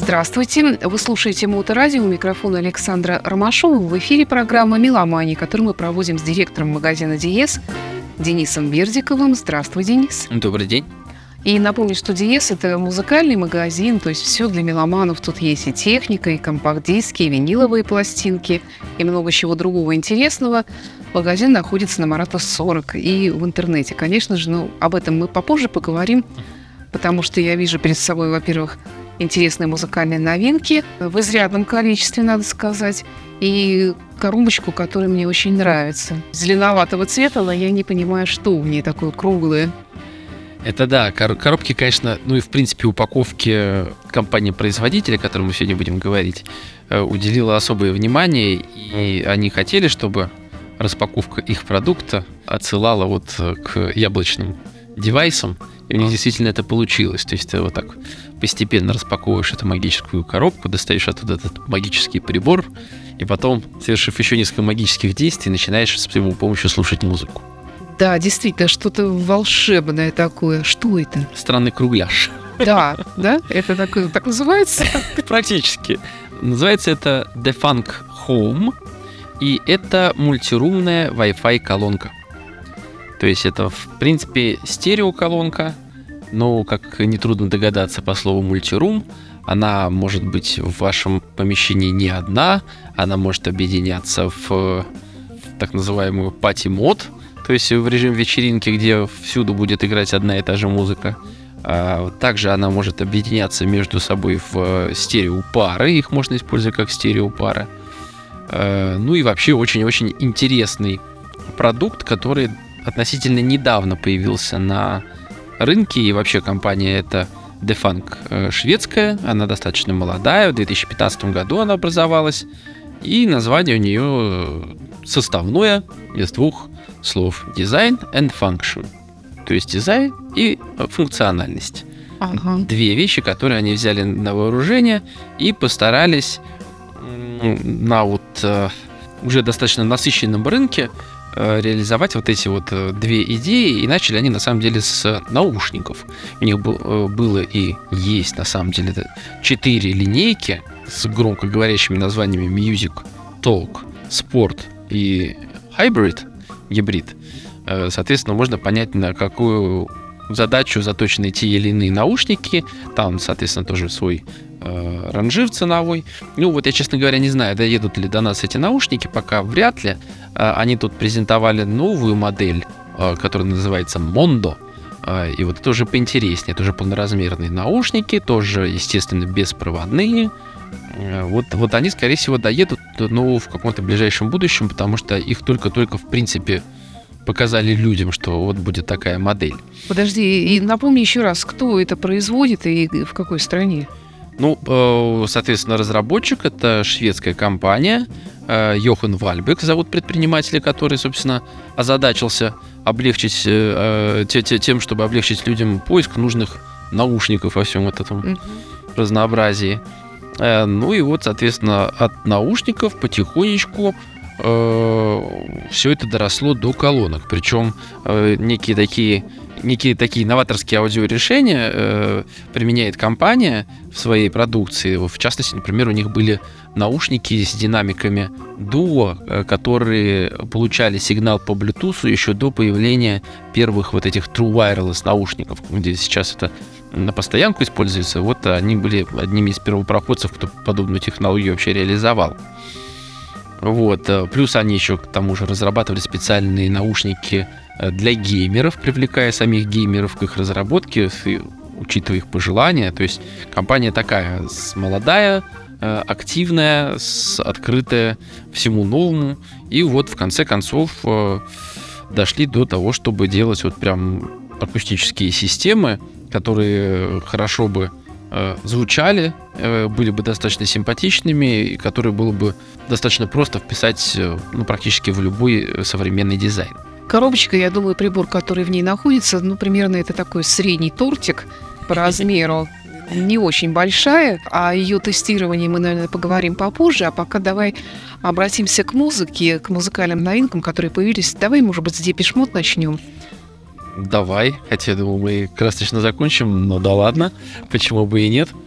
Здравствуйте. Вы слушаете Моторадио. У микрофона Александра Ромашова. В эфире программа «Меломания», которую мы проводим с директором магазина «Диез» Денисом Бердиковым. Здравствуй, Денис. Добрый день. И напомню, что «Диез» — это музыкальный магазин, то есть все для меломанов. Тут есть и техника, и компакт-диски, и виниловые пластинки, и много чего другого интересного. Магазин находится на Марата 40 и в интернете. Конечно же, об этом мы попозже поговорим, потому что я вижу перед собой, во-первых, интересные музыкальные новинки в изрядном количестве, надо сказать, и коробочку, которая мне очень нравится. Зеленоватого цвета, но я не понимаю, что в ней такое круглое. Это да, коробки, конечно, и в принципе упаковки компании-производителя, о которой мы сегодня будем говорить, уделила особое внимание, и они хотели, чтобы распаковка их продукта отсылала к яблочным девайсам, и у них действительно это получилось. То есть ты вот так постепенно распаковываешь эту магическую коробку, достаешь оттуда этот магический прибор, и потом, совершив еще несколько магических действий, начинаешь с его помощью слушать музыку. Да, действительно, что-то волшебное такое. Что это? Странный кругляш. Да? Это так называется? Практически. Называется это The Funk Home, и это мультирумная Wi-Fi колонка. То есть это, в принципе, стереоколонка, но, как нетрудно догадаться по слову мультирум, она может быть в вашем помещении не одна, она может объединяться в так называемую пати-мод, то есть в режим вечеринки, где всюду будет играть одна и та же музыка. Также она может объединяться между собой в стереопары, их можно использовать как стереопары. И вообще очень-очень интересный продукт, который относительно недавно появился на рынке, и вообще компания эта The Funk шведская, она достаточно молодая, в 2015 году она образовалась, и название у нее составное из двух слов: дизайн and function, то есть дизайн и функциональность. Ага. Две вещи, которые они взяли на вооружение и постарались на уже достаточно насыщенном рынке реализовать эти две идеи, и начали они на самом деле с наушников. У них было и есть на самом деле 4 линейки с громкоговорящими названиями Music, Talk, Sport и Hybrid, гибрид. Соответственно, можно понять, на какую задачу заточены те или иные наушники. Там, соответственно, тоже свой ранжир ценовой. Я, честно говоря, не знаю, доедут ли до нас эти наушники, пока вряд ли. Они тут презентовали новую модель, которая называется Mondo. И это уже поинтереснее. Это уже полноразмерные наушники, тоже, естественно, беспроводные. Они, скорее всего, доедут, в каком-то ближайшем будущем, потому что их только-только, в принципе, показали людям, что будет такая модель. Подожди, и напомни еще раз, кто это производит и в какой стране? Соответственно, разработчик — это шведская компания. Йохан Вальбек зовут предпринимателя, который, собственно, озадачился облегчить тем, чтобы облегчить людям поиск нужных наушников во всем этом разнообразии. Соответственно, от наушников потихонечку все это доросло до колонок. Причем некие такие новаторские аудиорешения применяет компания в своей продукции. В частности, например, у них были наушники с динамиками Duo, которые получали сигнал по Bluetooth еще до появления первых этих True Wireless наушников, где сейчас это на постоянку используется. Они были одними из первопроходцев, кто подобную технологию вообще реализовал. Плюс они еще к тому же разрабатывали специальные наушники для геймеров, привлекая самих геймеров к их разработке, учитывая их пожелания. То есть компания такая молодая, активная, открытая всему новому. И в конце концов дошли до того, чтобы делать прям акустические системы, которые хорошо бы звучали, были бы достаточно симпатичными, и которые было бы достаточно просто вписать практически в любой современный дизайн. Коробочка, я думаю, прибор, который в ней находится, примерно это такой средний тортик по размеру, не очень большая, о ее тестировании мы, наверное, поговорим попозже, а пока давай обратимся к музыке, к музыкальным новинкам, которые появились. Давай, может быть, с Depeche Mode начнем. Давай, хотя, я думаю, мы красочно закончим, но да ладно, почему бы и нет.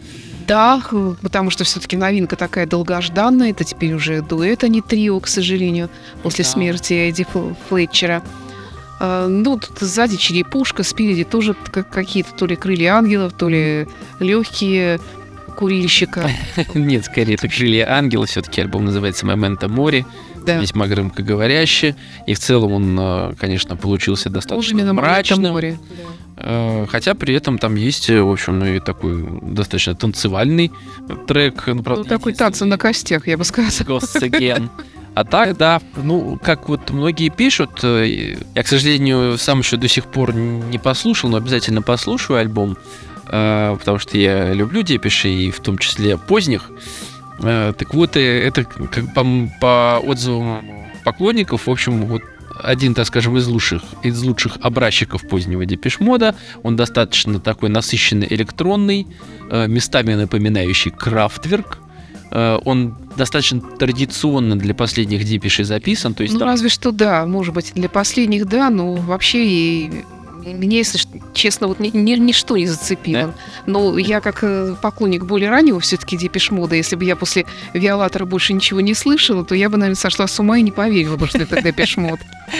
Да, потому что все-таки новинка такая долгожданная. Это теперь уже дуэт, а не трио, к сожалению, после Да. смерти Эдди Флетчера. Ну, тут сзади черепушка, спереди тоже какие-то то ли крылья ангелов, то ли легкие курильщика. Нет, скорее, это «Крылья ангела». Все-таки альбом называется «Моменто Мори», Да. весьма громкоговорящий. И в целом он, конечно, получился Тоже достаточно именно мрачным. море. Хотя при этом там есть, в общем, ну и такой достаточно танцевальный трек. Ну, Ну, правда, такой танцы на костях, я бы сказала. Ghosts Again. А так, да, ну, как вот многие пишут, я, к сожалению, сам еще до сих пор не послушал, но обязательно послушаю альбом, потому что я люблю депеши, и в том числе поздних. Так вот, это как по отзывам поклонников, в общем, вот один, так скажем, из лучших образчиков позднего депеш-мода. Он достаточно такой насыщенный, электронный, местами напоминающий Kraftwerk. Он достаточно традиционно для последних депешей записан. То есть Ну, там... разве что да, может быть, для последних, да, но вообще и меня, если честно, вот ничто не зацепило. Да? Но я как поклонник более раннего все-таки депеш-мода, если бы я после Виолатора больше ничего не слышала, то я бы, наверное, сошла с ума и не поверила бы, что это депеш-мод.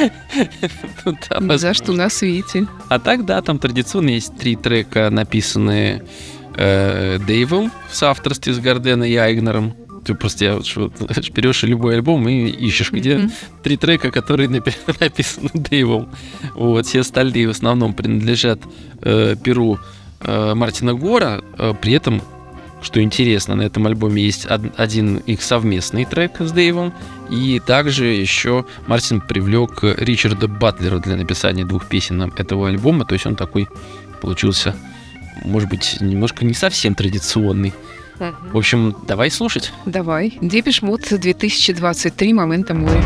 Ни за что на свете. А так, да, там традиционно есть 3 трека, написанные Дэйвом в соавторстве с Гардена и Айгнером. Ты просто берешь любой альбом и ищешь, где 3 трека, которые написаны Дэйвом. Вот, все остальные в основном принадлежат перу Мартина Гора. При этом, что интересно, на этом альбоме есть один их совместный трек с Дэйвом. И также еще Мартин привлек Ричарда Батлера для написания 2 песен этого альбома. То есть он такой получился, может быть, немножко не совсем традиционный. В общем, давай слушать. Давай. Депеш-мод 2023, «Моменто Мори».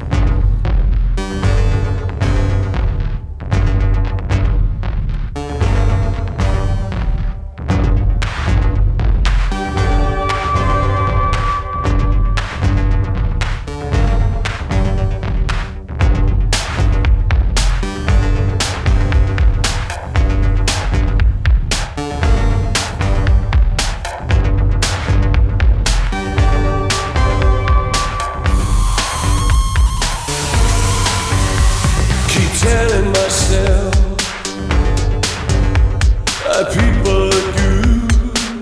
Telling myself people are good,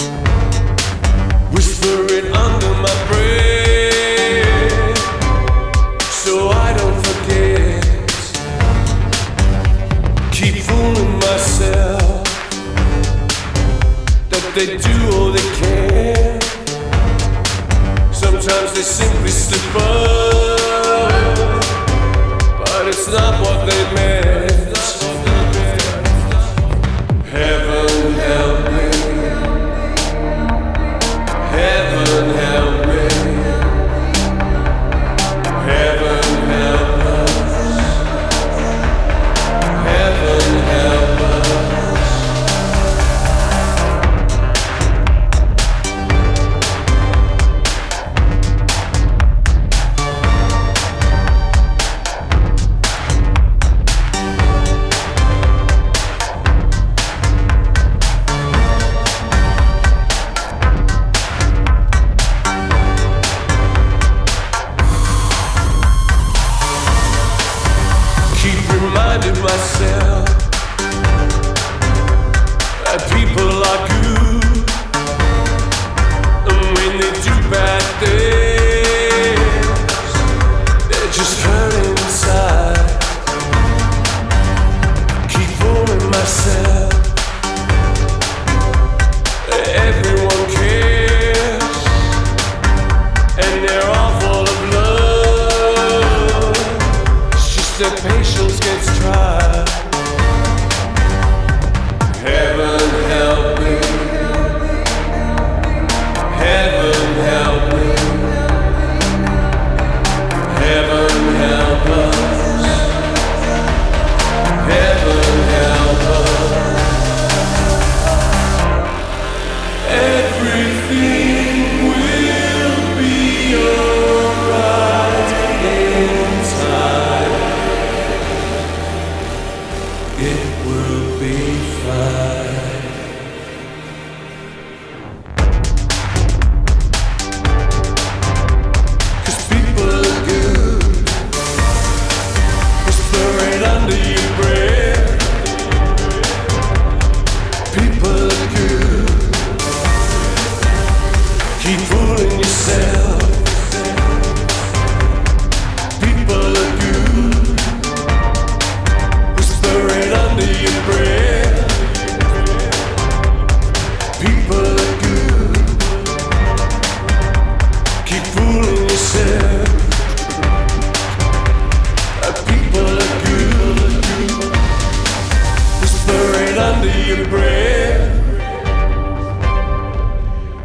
whispering under my breath, so I don't forget. Keep fooling myself that they do all they can. Sometimes they simply slip up, but it's not what they meant. Heaven help me. Heaven help me. Heaven help us. Heaven help us. Reminding myself that people are good, and when they do bad things, they're just hurting inside. Keep fooling myself, everyone cares, and they're all full of love. It's just their patience gets tried. Heaven help me. Heaven help me. Heaven help us. Heaven help us. Everything will be alright in time. It will be fine.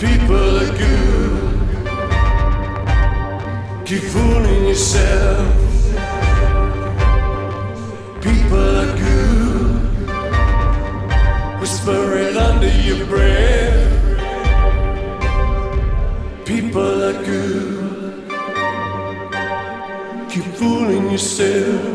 People are good. Keep fooling yourself. People are good. Whisper it under your breath. People are good. Keep fooling yourself.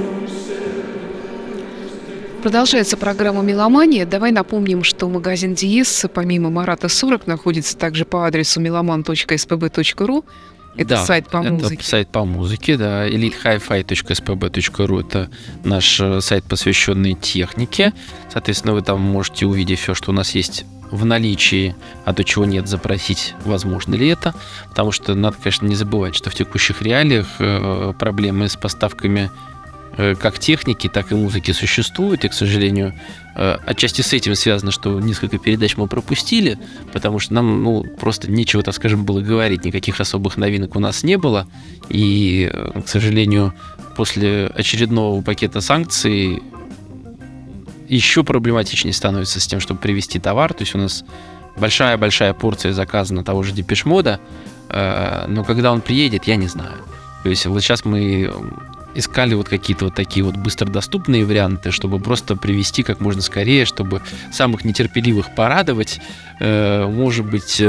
Продолжается программа «Меломания». Давай напомним, что магазин Диез, помимо Марата 40, находится также по адресу meloman.spb.ru. Это сайт по музыке. Это сайт по музыке, да. elitehifi.spb.ru — это наш сайт, посвященный технике. Соответственно, вы там можете увидеть все, что у нас есть в наличии, а то, чего нет, запросить, возможно ли это. Потому что надо, конечно, не забывать, что в текущих реалиях проблемы с поставками как техники, так и музыки существуют, и, к сожалению, отчасти с этим связано, что несколько передач мы пропустили, потому что нам, просто нечего, так скажем, было говорить, никаких особых новинок у нас не было, и, к сожалению, после очередного пакета санкций еще проблематичнее становится с тем, чтобы привезти товар, то есть у нас большая-большая порция заказана того же Депеш Мода, но когда он приедет, я не знаю. То есть вот сейчас мы искали вот какие-то вот такие вот быстродоступные варианты, чтобы просто привезти как можно скорее, чтобы самых нетерпеливых порадовать. Может быть,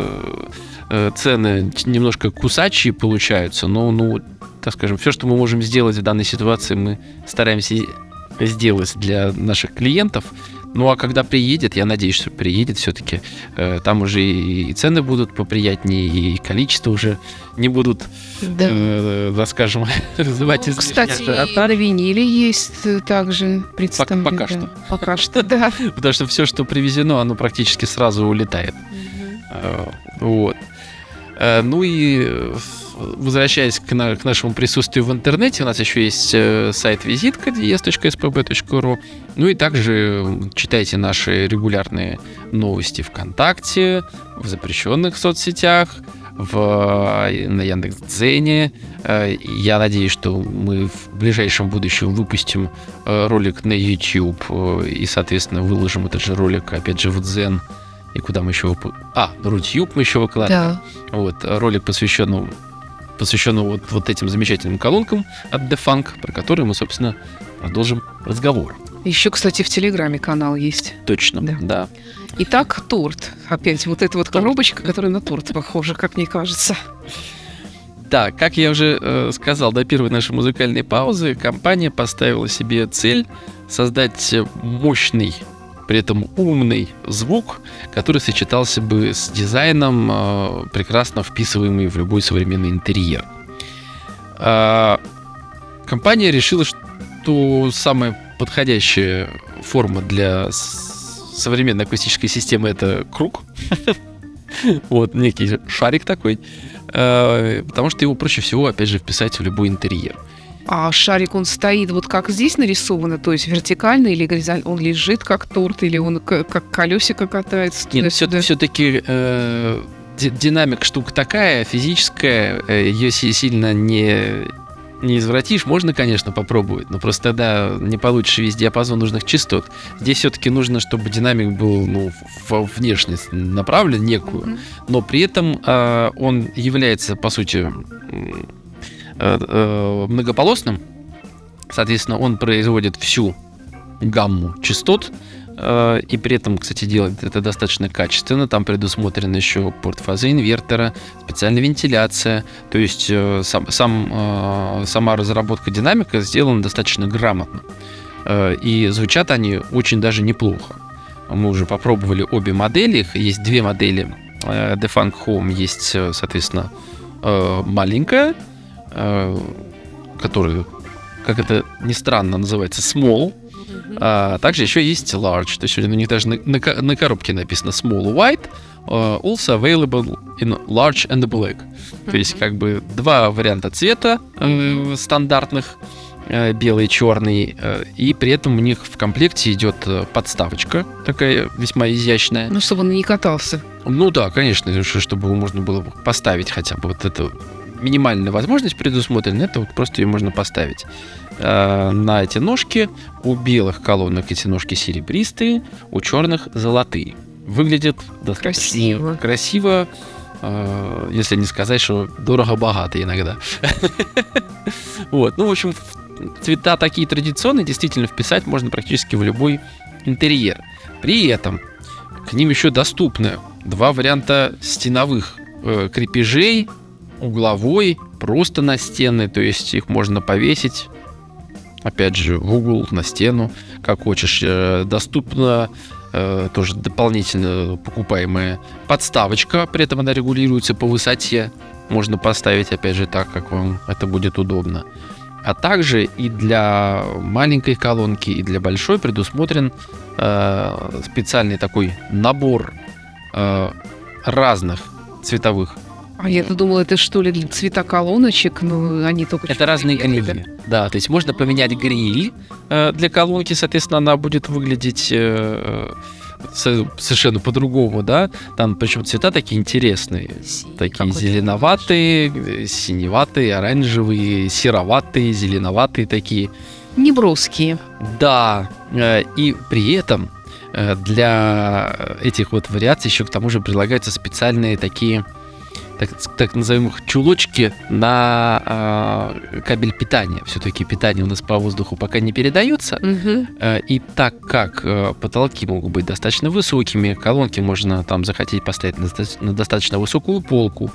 цены немножко кусачие получаются, но, так скажем, все, что мы можем сделать в данной ситуации, мы стараемся сделать для наших клиентов. Ну, а когда приедет, я надеюсь, что приедет все-таки, там уже и цены будут поприятнее, и количество уже не будут, да, скажем, вызывать излишний. Кстати, на виниле есть также представлено. Пока что. Пока что, да. Потому что все, что привезено, оно практически сразу улетает. Вот. Ну и возвращаясь к нашему присутствию в интернете, у нас еще есть сайт-визитка diez.spb.ru. Ну и также читайте наши регулярные новости ВКонтакте, в запрещенных соцсетях, на Яндекс.Дзене. Я надеюсь, что мы в ближайшем будущем выпустим ролик на YouTube и, соответственно, выложим этот же ролик, опять же, в Дзен. И куда мы еще на Рутюб мы еще выкладываем. Да. Вот, ролик, посвященный вот этим замечательным колонкам от Defunk, про которые мы, собственно, продолжим разговор. Еще, кстати, в Телеграме канал есть. Точно, да. Итак, торт. Опять вот эта вот коробочка, которая на торт похожа, как мне кажется. Да, как я уже сказал до первой нашей музыкальной паузы, компания поставила себе цель создать мощный, при этом умный звук, который сочетался бы с дизайном, прекрасно вписываемый в любой современный интерьер. Компания решила, что самая подходящая форма для современной акустической системы — это круг. Вот, некий шарик такой. Потому что его проще всего, опять же, вписать в любой интерьер. А шарик, он стоит вот как здесь нарисовано, то есть вертикально или горизонтально? Он лежит как торт или он как колесико катается? Нет, все-таки динамика штука такая, физическая, ее сильно не извратишь. Можно, конечно, попробовать, но просто тогда не получишь весь диапазон нужных частот. Здесь все-таки нужно, чтобы динамик был внешне направлен некую, но при этом он является, по сути, многополосным, соответственно, он производит всю гамму частот, и при этом, кстати, делает это достаточно качественно. Там предусмотрен еще порт фазы инвертора, специальная вентиляция, то есть сама разработка динамика сделана достаточно грамотно, и звучат они очень даже неплохо. Мы уже попробовали обе модели, их есть две модели Defunk Home, есть, соответственно, маленькая, который, как это ни странно, называется small, а также еще есть large, то есть у них даже на коробке написано small white, also available in large and black. То есть как бы два варианта цвета стандартных, белый и черный, и при этом у них в комплекте идет подставочка такая весьма изящная. Ну, чтобы он не катался. Ну да, конечно, чтобы его можно было поставить хотя бы вот это. Минимальная возможность предусмотрена, это вот просто ее можно поставить на эти ножки. У белых колонок эти ножки серебристые, у черных золотые. выглядит достаточно красиво, если не сказать, что дорого-богато иногда. Вот, ну, в общем, цвета такие традиционные действительно вписать можно практически в любой интерьер. При этом к ним еще доступны два варианта стеновых крепежей: угловой, просто на стены, то есть их можно повесить, опять же, в угол, на стену, как хочешь. Доступна тоже дополнительно покупаемая подставочка, при этом она регулируется по высоте. Можно поставить, опять же, так, как вам это будет удобно. А также и для маленькой колонки, и для большой предусмотрен специальный такой набор разных цветовых. А я-то думала, это что ли для цвета колоночек, но они только... Это разные грили. Да, то есть можно поменять гриль для колонки, соответственно, она будет выглядеть совершенно по-другому, да. Там причем цвета такие интересные. Такие зеленоватые, синеватые, оранжевые, сероватые, зеленоватые такие. Неброские. Да, и при этом для этих вот вариаций еще к тому же предлагаются специальные такие, так назовем их, чулочки на кабель питания. Все-таки питание у нас по воздуху пока не передается. И так как потолки могут быть достаточно высокими, колонки можно там захотеть поставить на достаточно высокую полку,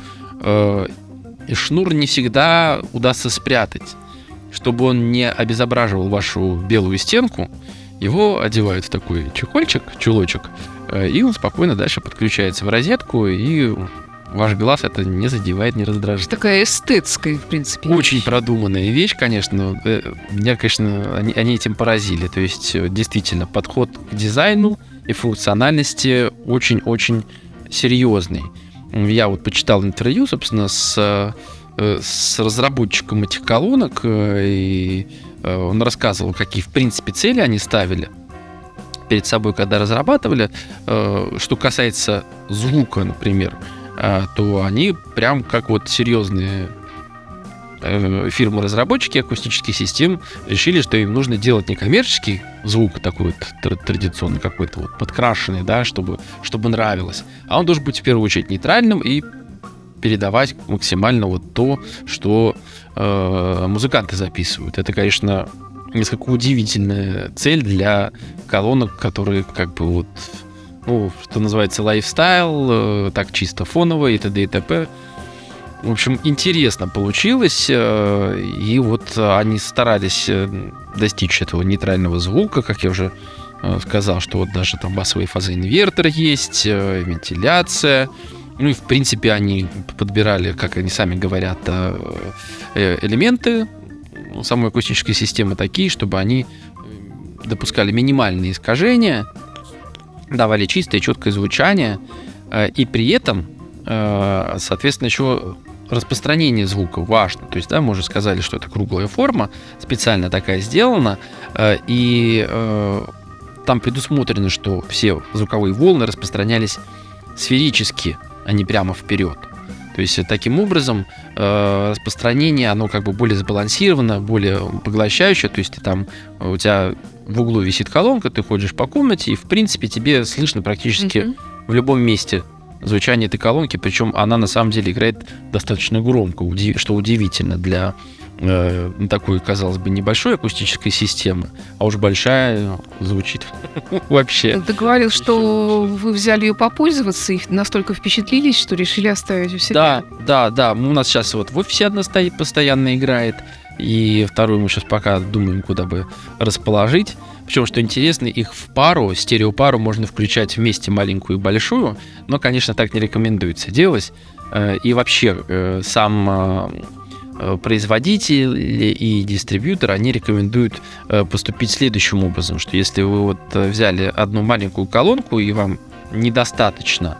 и шнур не всегда удастся спрятать. Чтобы он не обезображивал вашу белую стенку, его одевают в такой чулочек, и он спокойно дальше подключается в розетку, и ваш глаз это не задевает, не раздражает. Такая эстетская, в принципе. Очень продуманная вещь, конечно. Меня, конечно, они этим поразили. То есть, действительно, подход к дизайну и функциональности очень-очень серьезный. Я вот почитал интервью, собственно, с разработчиком этих колонок, и он рассказывал, какие, в принципе, цели они ставили перед собой, когда разрабатывали. Что касается звука, например, то они прям как вот серьезные фирмы-разработчики акустических систем решили, что им нужно делать не коммерческий звук такой вот традиционный, какой-то вот подкрашенный, да, чтобы нравилось, а он должен быть в первую очередь нейтральным и передавать максимально вот то, что музыканты записывают. Это, конечно, несколько удивительная цель для колонок, которые как бы вот, ну, что называется, лайфстайл, так чисто фоново и т.д. и т.п. В общем, интересно получилось, и вот они старались достичь этого нейтрального звука, как я уже сказал, что вот даже там басовый фазоинвертор есть, вентиляция. Ну и, в принципе, они подбирали, как они сами говорят, элементы самой акустической системы такие, чтобы они допускали минимальные искажения, давали чистое, четкое звучание, и при этом, соответственно, еще распространение звука важно. То есть, да, мы уже сказали, что это круглая форма, специально такая сделана, и там предусмотрено, что все звуковые волны распространялись сферически, а не прямо вперед. То есть, таким образом, распространение, оно как бы более сбалансировано, более поглощающее. То есть, там у тебя в углу висит колонка, ты ходишь по комнате, и, в принципе, тебе слышно практически в любом месте звучание этой колонки. Причем она, на самом деле, играет достаточно громко, что удивительно для такой, казалось бы, небольшой акустической системы, а уж большая звучит вообще. Ты говорил, что вы взяли ее попользоваться и настолько впечатлились, что решили оставить у себя. Да. У нас сейчас вот в офисе одна стоит, постоянно играет, и вторую мы сейчас пока думаем, куда бы расположить. Причем, что интересно, их в пару, стереопару можно включать вместе, маленькую и большую, но, конечно, так не рекомендуется делать. И вообще сам производители и дистрибьютор, они рекомендуют поступить следующим образом, что если вы вот взяли одну маленькую колонку и вам недостаточно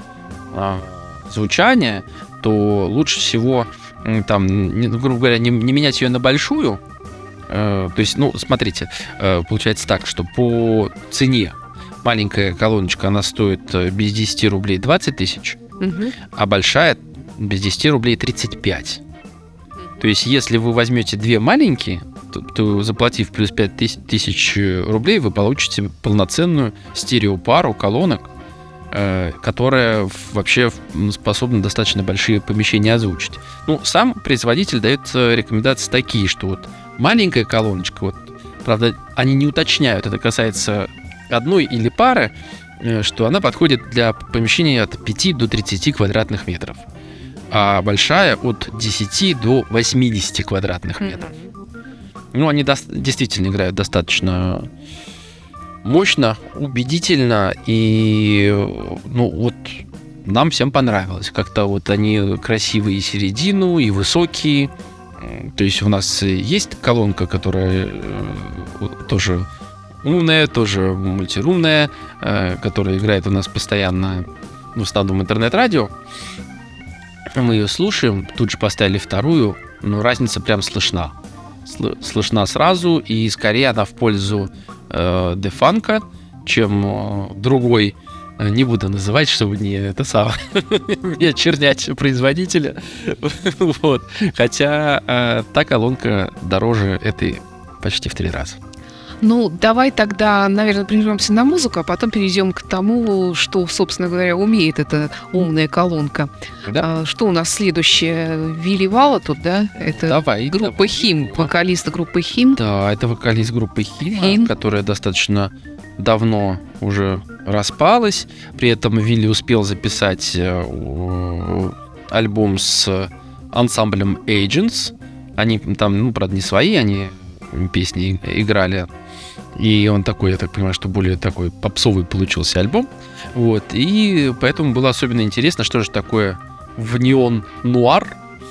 звучания, то лучше всего там, грубо говоря, не менять ее на большую. То есть, ну, смотрите, получается так, что по цене маленькая колоночка, она стоит без 10 рублей 20 тысяч, а большая без 10 рублей 35. То есть, если вы возьмете две маленькие, то заплатив плюс 5 тысяч рублей, вы получите полноценную стереопару колонок, которая вообще способна достаточно большие помещения озвучить. Ну, сам производитель дает рекомендации такие, что вот маленькая колоночка, вот, правда, они не уточняют, это касается одной или пары, что она подходит для помещения от 5 до 30 квадратных метров, а большая от 10 до 80 квадратных метров. Ну, они действительно играют достаточно мощно, убедительно, и, ну, вот нам всем понравилось. Как-то вот они красивые и середину, и высокие. То есть у нас есть колонка, которая тоже умная, тоже мультирумная, которая играет у нас постоянно, ну, в основном интернет-радио. Мы ее слушаем, тут же поставили вторую, но разница прям слышна. Слышна сразу, и скорее она в пользу дефанка, чем другой. Не буду называть, чтобы не очернять производителя. Вот. Хотя та колонка дороже этой почти в 3 раза. Ну, давай тогда, наверное, прервемся на музыку, а потом перейдем к тому, что, собственно говоря, умеет эта умная колонка. Да. Что у нас следующее? Вилли Вала тут, да? Это Давай. группа «Хим», вокалист группы «Хим». Да, это вокалист группы «Хим», «Хим», которая достаточно давно уже распалась. При этом Вилли успел записать альбом с ансамблем Agents. Они там, ну, правда, не свои, они песни играли. И он такой, я так понимаю, что более такой попсовый получился альбом. Вот. И поэтому было особенно интересно, что же такое в неон-нуар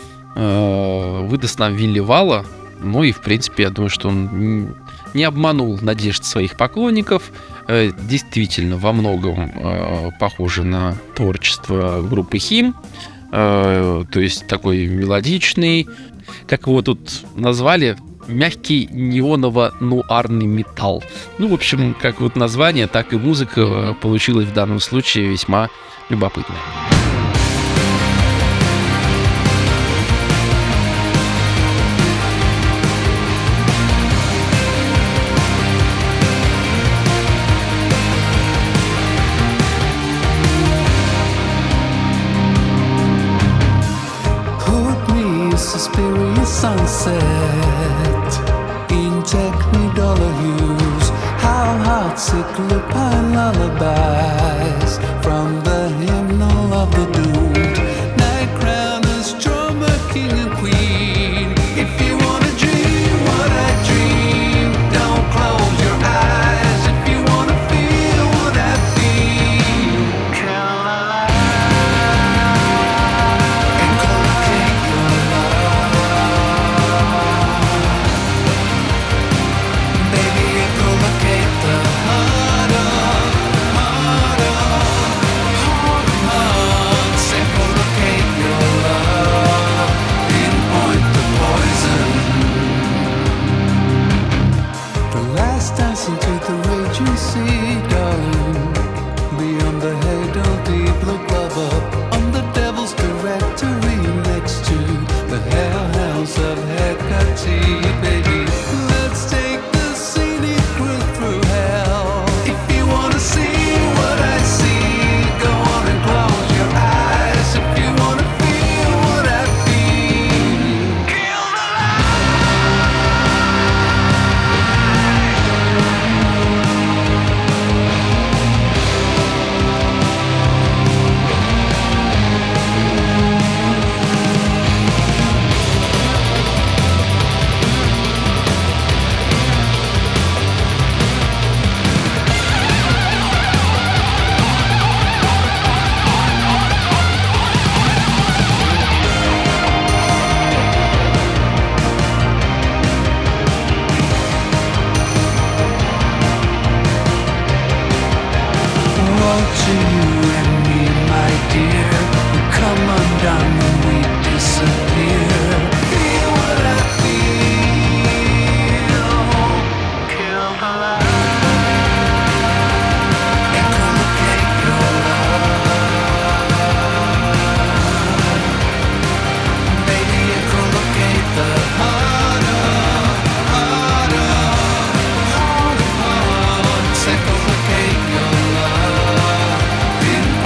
выдаст нам Вилли Вала. Ну и, в принципе, я думаю, что он не обманул надежд своих поклонников. Действительно, во многом похоже на творчество группы «Хим». То есть такой мелодичный, как его тут назвали, мягкий неоново-нуарный металл. Ну, в общем, как вот название, так и музыка получилась в данном случае весьма любопытная. Suspirious sunset in technicolor hues, how heartsick lupine lullabies from the hymnal of the doomed. Night crowners, drummer, king and queen. If you wanna dream what I dream, don't close your eyes. If you wanna feel what I feel, count alive and collocate your love. Baby, and collocate the heart of, say collocate your love, pinpoint the poison. The last dance into the raging sea, darling. Beyond the halo deep, look love up on the devil's directory next to the hellhounds of Hecate, baby. Let's take the scenic route through hell. If you wanna see what I see, go on and close your eyes. If you wanna feel what I feel, kill the Woe to you and me, my dear. We come undone when we disappear. Feel what I feel. Kill the light and collocate your love. Baby, and collocate the heart of, say collocate your love.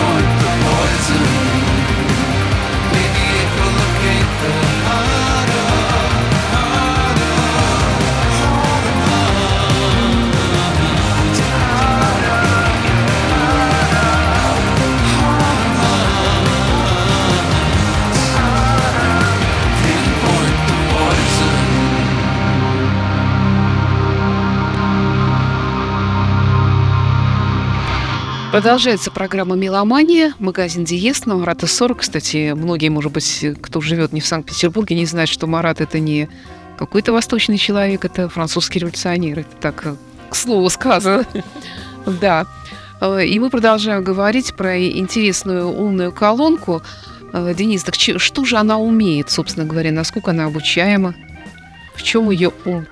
Продолжается программа «Меломания», магазин «Диез» на Марата 40. Кстати, многие, может быть, кто живет не в Санкт-Петербурге, не знают, что Марат – это не какой-то восточный человек, это французский революционер. Это так, к слову сказано. Да. И мы продолжаем говорить про интересную умную колонку. Денис, так что же она умеет, собственно говоря, насколько она обучаема? В чем ее ум?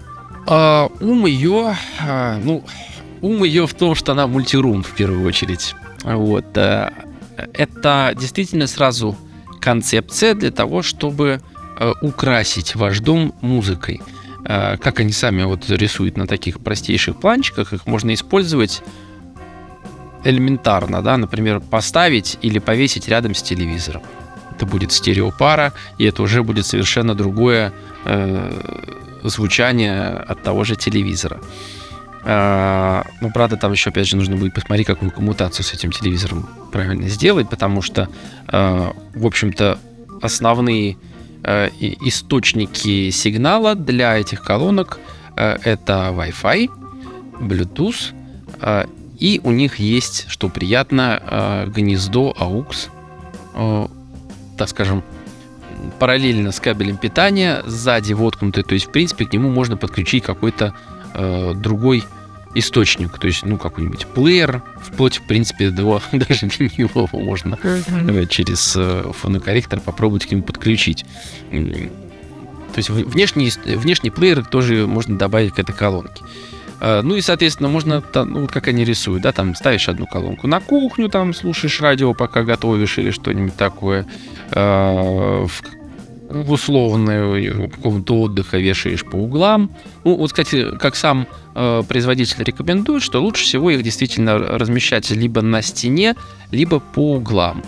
Ум ее в том, что она мультирум в первую очередь. Вот. Это действительно сразу концепция для того, чтобы украсить ваш дом музыкой. Как они сами вот рисуют на таких простейших планчиках, их можно использовать элементарно, да, например, поставить или повесить рядом с телевизором. Это будет стереопара, и это уже будет совершенно другое звучание от того же телевизора. Правда, там еще, опять же, нужно будет посмотреть, какую коммутацию с этим телевизором правильно сделать, потому что, в общем-то, основные источники сигнала для этих колонок это Wi-Fi, Bluetooth, и у них есть, что приятно, гнездо AUX, так скажем, параллельно с кабелем питания, сзади воткнутый, то есть, в принципе, к нему можно подключить какой-то другой источник, то есть, какой-нибудь плеер, вплоть, в принципе, до даже винилового можно через фонокорректор попробовать к нему подключить. То есть внешний плеер тоже можно добавить к этой колонке. И, соответственно, можно, как они рисуют, да, там ставишь одну колонку на кухню, там слушаешь радио, пока готовишь или что-нибудь такое, в условную какого-то отдыха вешаешь по углам. Кстати, как сам производитель рекомендует, что лучше всего их действительно размещать либо на стене, либо по углам.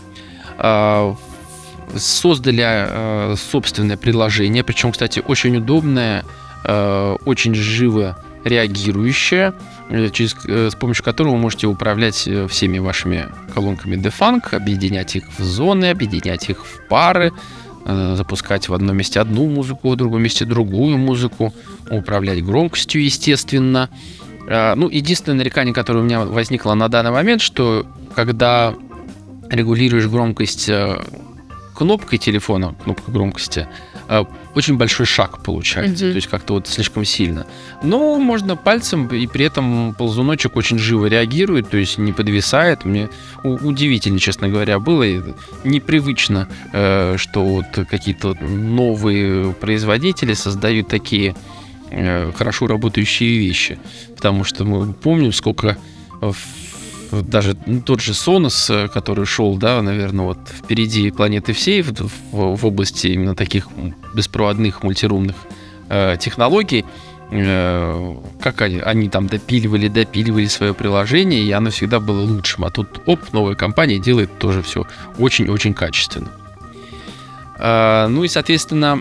Создали собственное приложение, причем, кстати, очень удобное, очень живо реагирующее, с помощью которого вы можете управлять всеми вашими колонками Defunk, объединять их в зоны, объединять их в пары, запускать в одном месте одну музыку, в другом месте другую музыку, управлять громкостью, естественно. Единственное нарекание, которое у меня возникло на данный момент, что когда регулируешь громкость кнопкой телефона, кнопкой громкости, очень большой шаг получается, то есть как-то слишком сильно. Но можно пальцем, и при этом ползуночек очень живо реагирует, то есть не подвисает. Мне удивительно, честно говоря, было непривычно, что какие-то новые производители создают такие хорошо работающие вещи, потому что мы помним, сколько даже тот же Sonos, который шел, да, наверное, впереди планеты всей в области именно таких беспроводных мультирумных технологий, как они там допиливали свое приложение, и оно всегда было лучшим. А тут, новая компания делает тоже все очень-очень качественно. И, соответственно,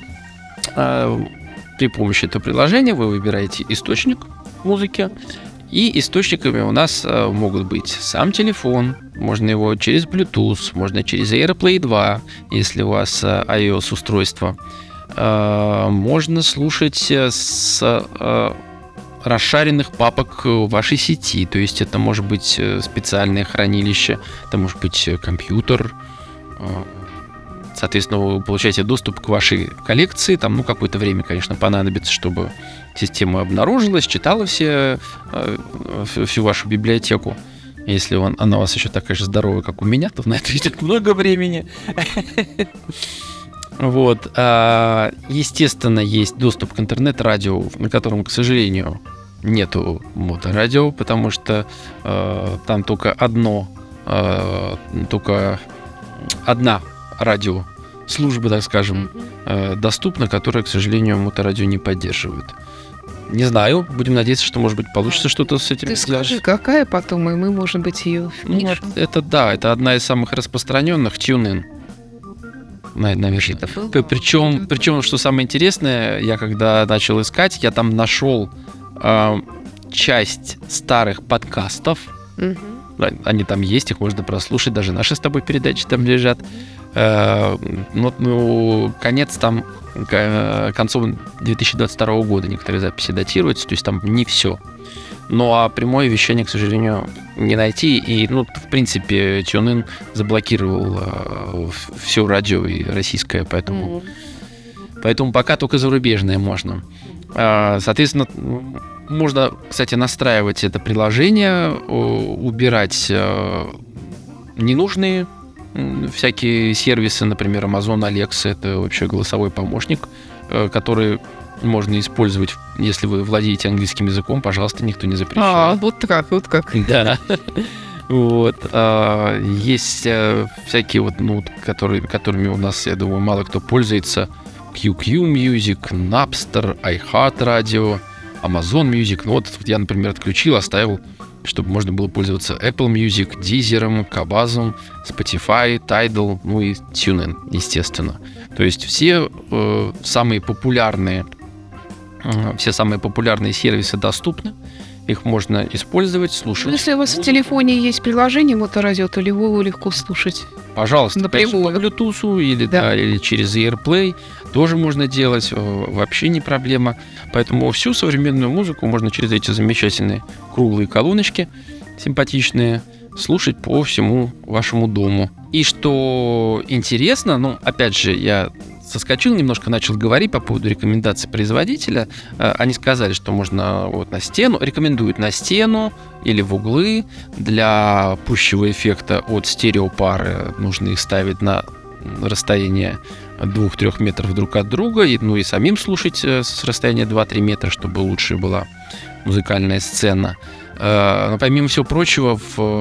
при помощи этого приложения вы выбираете источник музыки, и источниками у нас могут быть сам телефон, можно его через Bluetooth, можно через AirPlay 2, если у вас iOS-устройство. Можно слушать с расшаренных папок вашей сети, то есть это может быть специальное хранилище, это может быть компьютер. Соответственно, вы получаете доступ к вашей коллекции. Там, какое-то время, конечно, понадобится, чтобы система обнаружилась, читала всю вашу библиотеку. Если она у вас еще такая же здоровая, как у меня, то на это идет много времени. Естественно, есть доступ к интернет-радио, на котором, к сожалению, нету моторадио, потому что там только одна радиослужба, так скажем, доступна, которая, к сожалению, моторадио не поддерживает. Не знаю, будем надеяться, что, может быть, получится что-то с этим сделать. Ты скажи, какая потом, и мы, может быть, ее впишем. Это одна из самых распространенных, TuneIn. Наверное. Причем, что самое интересное, я когда начал искать, я там нашел часть старых подкастов, они там есть, их можно прослушать, даже наши с тобой передачи там лежат. Конец там, концом 2022 года некоторые записи датируются, то есть там не все. Ну, а прямое вещание, к сожалению, не найти. И, в принципе, TuneIn заблокировал все радио и российское, поэтому пока только зарубежное можно. Соответственно, можно, кстати, настраивать это приложение, убирать ненужные всякие сервисы, например, Amazon Alexa, это вообще голосовой помощник, который можно использовать, если вы владеете английским языком, пожалуйста, никто не запрещает. Вот как. Да. Вот. Есть всякие которыми у нас, я думаю, мало кто пользуется. QQ Music, Napster, iHeartRadio, Amazon Music. Я, например, отключил, оставил, чтобы можно было пользоваться Apple Music, Deezer, Kabazом, Spotify, Tidal, и TuneIn, естественно. То есть все самые популярные сервисы доступны. Их можно использовать, слушать. Если у вас в телефоне есть приложение Моторадио, то его легко слушать. Пожалуйста, напрямую. По Bluetooth или через AirPlay тоже можно делать, вообще не проблема. Поэтому всю современную музыку можно через эти замечательные круглые колоночки, симпатичные, слушать по всему вашему дому. И что интересно, опять же, я соскочил немножко, начал говорить по поводу рекомендаций производителя. Они сказали, что можно на стену, рекомендуют на стену или в углы. Для пущего эффекта от стереопары нужно их ставить на расстояние 2-3 метров друг от друга, и самим слушать с расстояния 2-3 метра, чтобы лучше была музыкальная сцена. Но помимо всего прочего,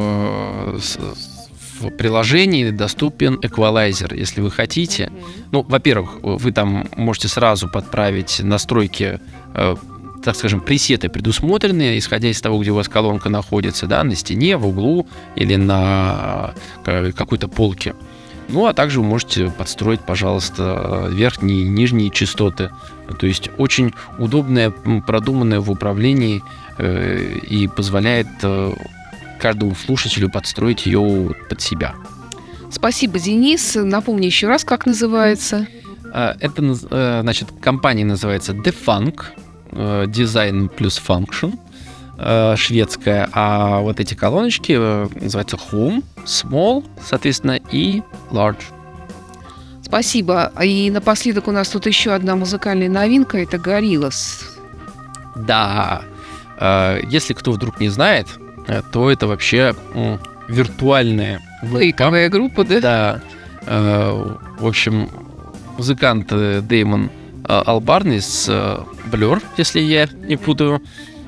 в приложении доступен эквалайзер, если вы хотите. Во-первых, вы там можете сразу подправить настройки, так скажем, пресеты предусмотренные, исходя из того, где у вас колонка находится, на стене, в углу или на какой-то полке. А также вы можете подстроить, пожалуйста, верхние и нижние частоты. То есть очень удобное, продуманное в управлении и позволяет каждому слушателю подстроить ее под себя. Спасибо, Денис. Напомни еще раз, как называется. Это, компания называется Defunk, Design плюс Function, шведская. А вот эти колоночки называются Home, Small, соответственно, и Large. Спасибо. И напоследок у нас тут еще одна музыкальная новинка. Это Gorillaz. Да. Если кто вдруг не знает, то это вообще виртуальная фейковая группа, да? Да. В общем, музыкант Дэймон Албарн из Blur, если я не путаю,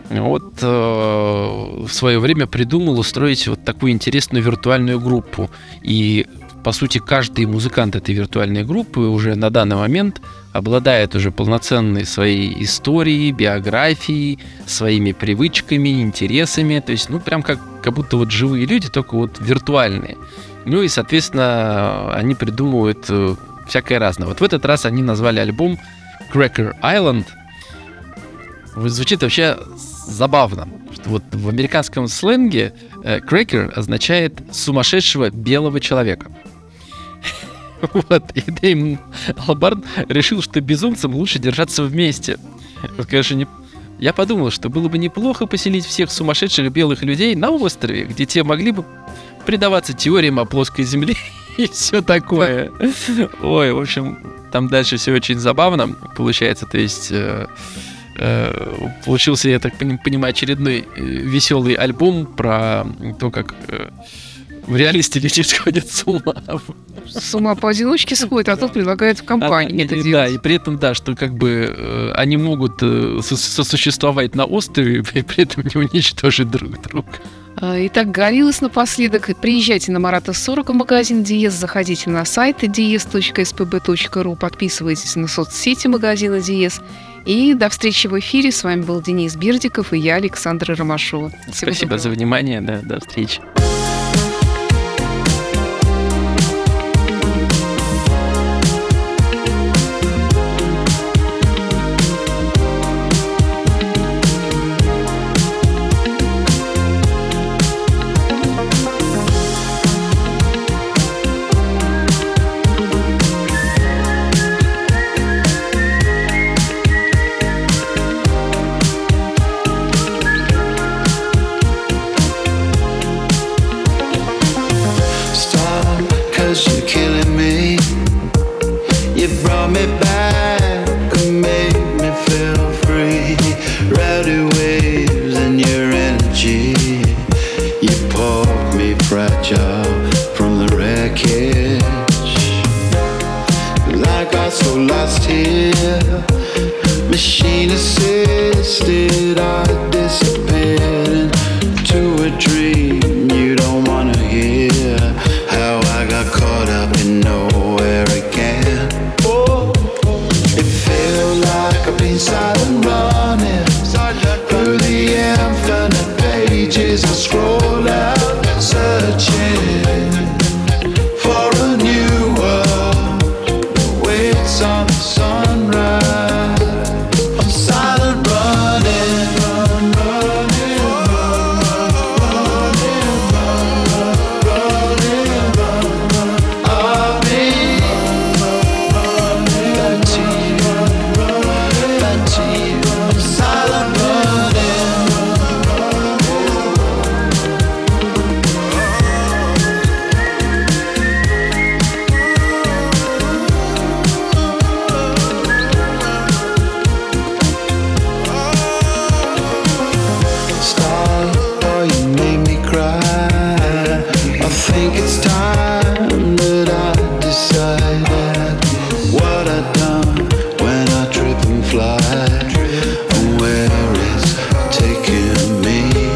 в свое время придумал устроить такую интересную виртуальную группу. И, по сути, каждый музыкант этой виртуальной группы уже на данный момент обладает уже полноценной своей историей, биографией, своими привычками, интересами. То есть, прям как будто живые люди, только виртуальные. И, соответственно, они придумывают всякое разное. В этот раз они назвали альбом Cracker Island. Звучит вообще забавно, что в американском сленге cracker означает сумасшедшего белого человека. И Дэймон Албарн решил, что безумцам лучше держаться вместе. Конечно, я подумал, что было бы неплохо поселить всех сумасшедших белых людей на острове, где те могли бы предаваться теориям о плоской земле и все такое. Ой, в общем, там дальше все очень забавно получается. То есть получился, я так понимаю, очередной веселый альбом про то, как в реальности люди сходят с ума. С ума поодиночке сходят, а тут предлагают в компании это делать. Да, и при этом, что они могут сосуществовать на острове и при этом не уничтожить друг друга. Итак, Gorillaz напоследок. Приезжайте на Марата 40 в магазин Диез, заходите на сайт diez.spb.ru, подписывайтесь на соцсети магазина Диез. И до встречи в эфире. С вами был Денис Бердиков и я, Александра Ромашова. Спасибо за внимание. До встречи. fragile from the wreckage. I got so lost here, machine assisted, I disappeared into a dream you don't wanna hear. How I got caught up in nowhere again. It feels like I've been silent running through the infinite pages. I scroll out searching for a new world. Waits on the sunrise. I'm silent running, running, I've been back to you, back to you. I'm silent running. Star, boy, you made me cry. I think it's time that I decided what I've done when I trip and fly, and where it's taking me.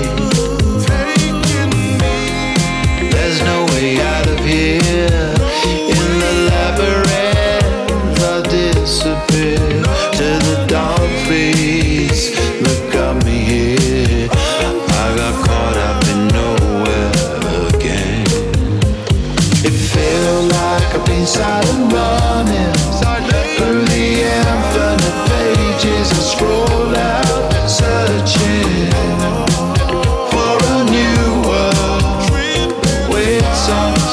There's no way out of here. In the labyrinth, I disappear to the dark place that got me here. I got caught up in nowhere again. It feels like I've been silent running through the infinite pages. I scroll out searching for a new world. Waits on